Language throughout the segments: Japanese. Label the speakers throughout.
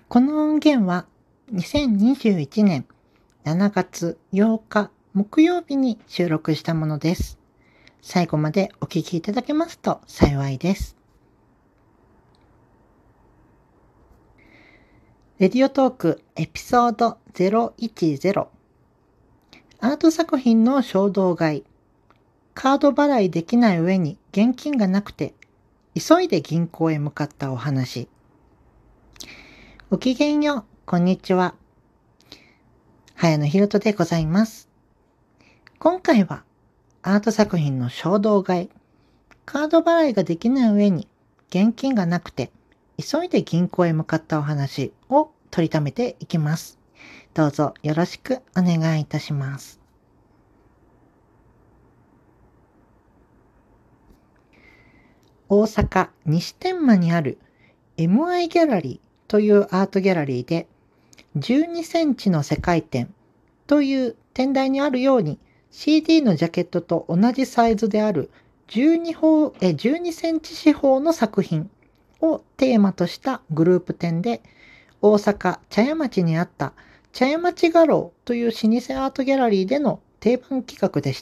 Speaker 1: この音源は2021年7月8日木曜日に収録したものです。最後までお聞きいただけますと幸いです。レディオトークエピソード010、アート作品の衝動買い、カード払いできない上に現金がなくて急いで銀行へ向かったお話。ごきげんよう、こんにちは。早野ひろとでございます。今回はアート作品の衝動買い、カード払いができない上に現金がなくて急いで銀行へ向かったお話を取りためていきます。どうぞよろしくお願いいたします。大阪西天満にある MI ギャラリーというアートギャラリーで12センチの世界展という展題にあるように CD のジャケットと同じサイズである12センチ四方の作品をテーマとしたグループ展で大阪茶屋町にあった茶屋町画廊という老舗アートギャラリーでの定番企画でした。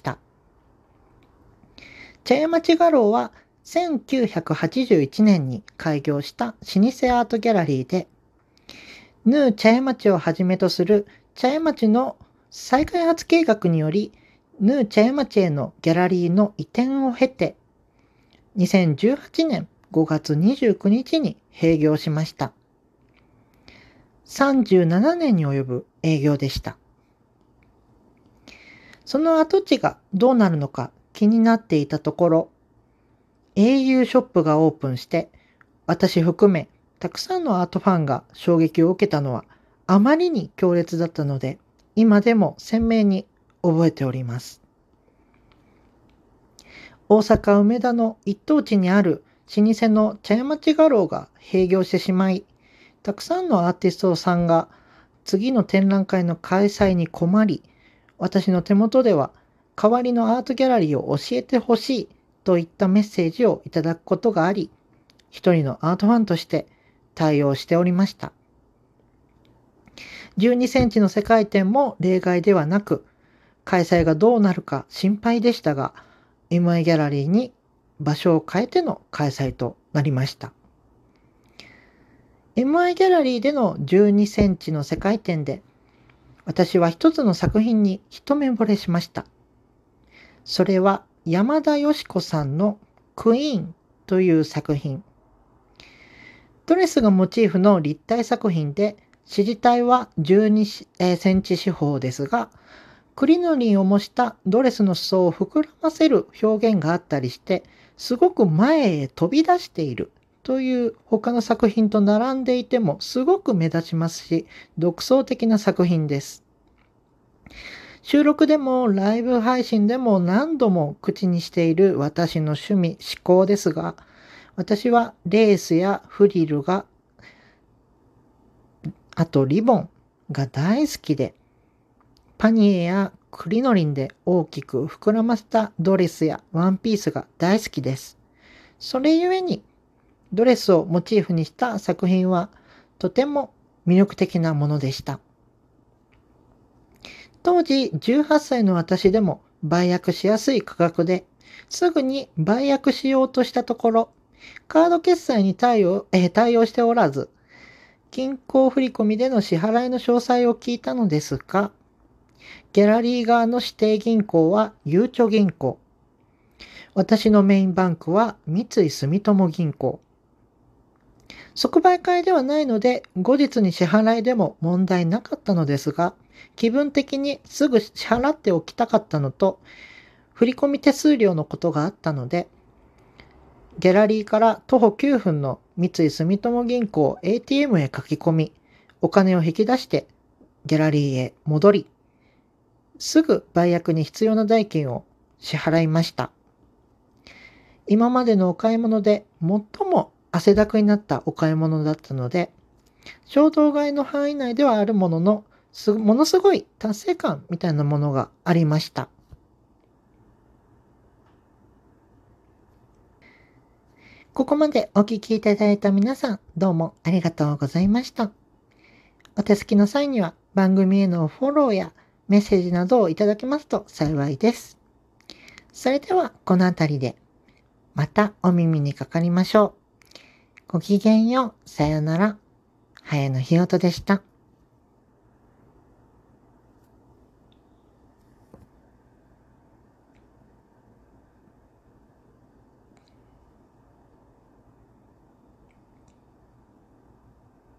Speaker 1: 茶屋町画廊は1981年に開業した老舗アートギャラリーで、ヌー茶屋町をはじめとする茶屋町の再開発計画により、ヌー茶屋町へのギャラリーの移転を経て、2018年5月29日に閉業しました。37年に及ぶ営業でした。その跡地がどうなるのか気になっていたところ、au ショップがオープンして、私含めたくさんのアートファンが衝撃を受けたのはあまりに強烈だったので、今でも鮮明に覚えております。大阪梅田の一等地にある老舗の茶屋町画廊が閉業してしまい、たくさんのアーティストさんが次の展覧会の開催に困り、私の手元では代わりのアートギャラリーを教えてほしいといったメッセージをいただくことがあり、一人のアートファンとして対応しておりました。12センチの世界展も例外ではなく、開催がどうなるか心配でしたが、MI ギャラリーに場所を変えての開催となりました。MI ギャラリーでの12センチの世界展で、私は一つの作品に一目惚れしました。それは山田佳子さんのクイーンという作品。ドレスがモチーフの立体作品で、支持体は12センチ四方ですが、クリノリンを模したドレスの裾を膨らませる表現があったりして、すごく前へ飛び出しているという他の作品と並んでいてもすごく目立ちますし、独創的な作品です。収録でもライブ配信でも何度も口にしている私の趣味嗜好ですが、私はレースやフリルが、あとリボンが大好きで、パニエやクリノリンで大きく膨らませたドレスやワンピースが大好きです。それゆえにドレスをモチーフにした作品はとても魅力的なものでした。当時18歳の私でも売約しやすい価格ですぐに売約しようとしたところ、カード決済に対応しておらず、銀行振込での支払いの詳細を聞いたのですが、ギャラリー側の指定銀行はゆうちょ銀行。私のメインバンクは三井住友銀行。即売会ではないので、後日に支払いでも問題なかったのですが、気分的にすぐ支払っておきたかったのと、振込手数料のことがあったので、ギャラリーから徒歩9分の三井住友銀行 ATM へ書き込み、お金を引き出してギャラリーへ戻り、すぐ売約に必要な代金を支払いました。今までのお買い物で最も汗だくになったお買い物だったので、衝動買いの範囲内ではあるものの、ものすごい達成感みたいなものがありました。ここまでお聞きいただいた皆さん、どうもありがとうございました。 お手すきの際には番組へのフォローやメッセージなどをいただけますと幸いです。それではこの辺りでまたお耳にかかりましょう。ごきげんよう。さよなら。早野ひよとでした。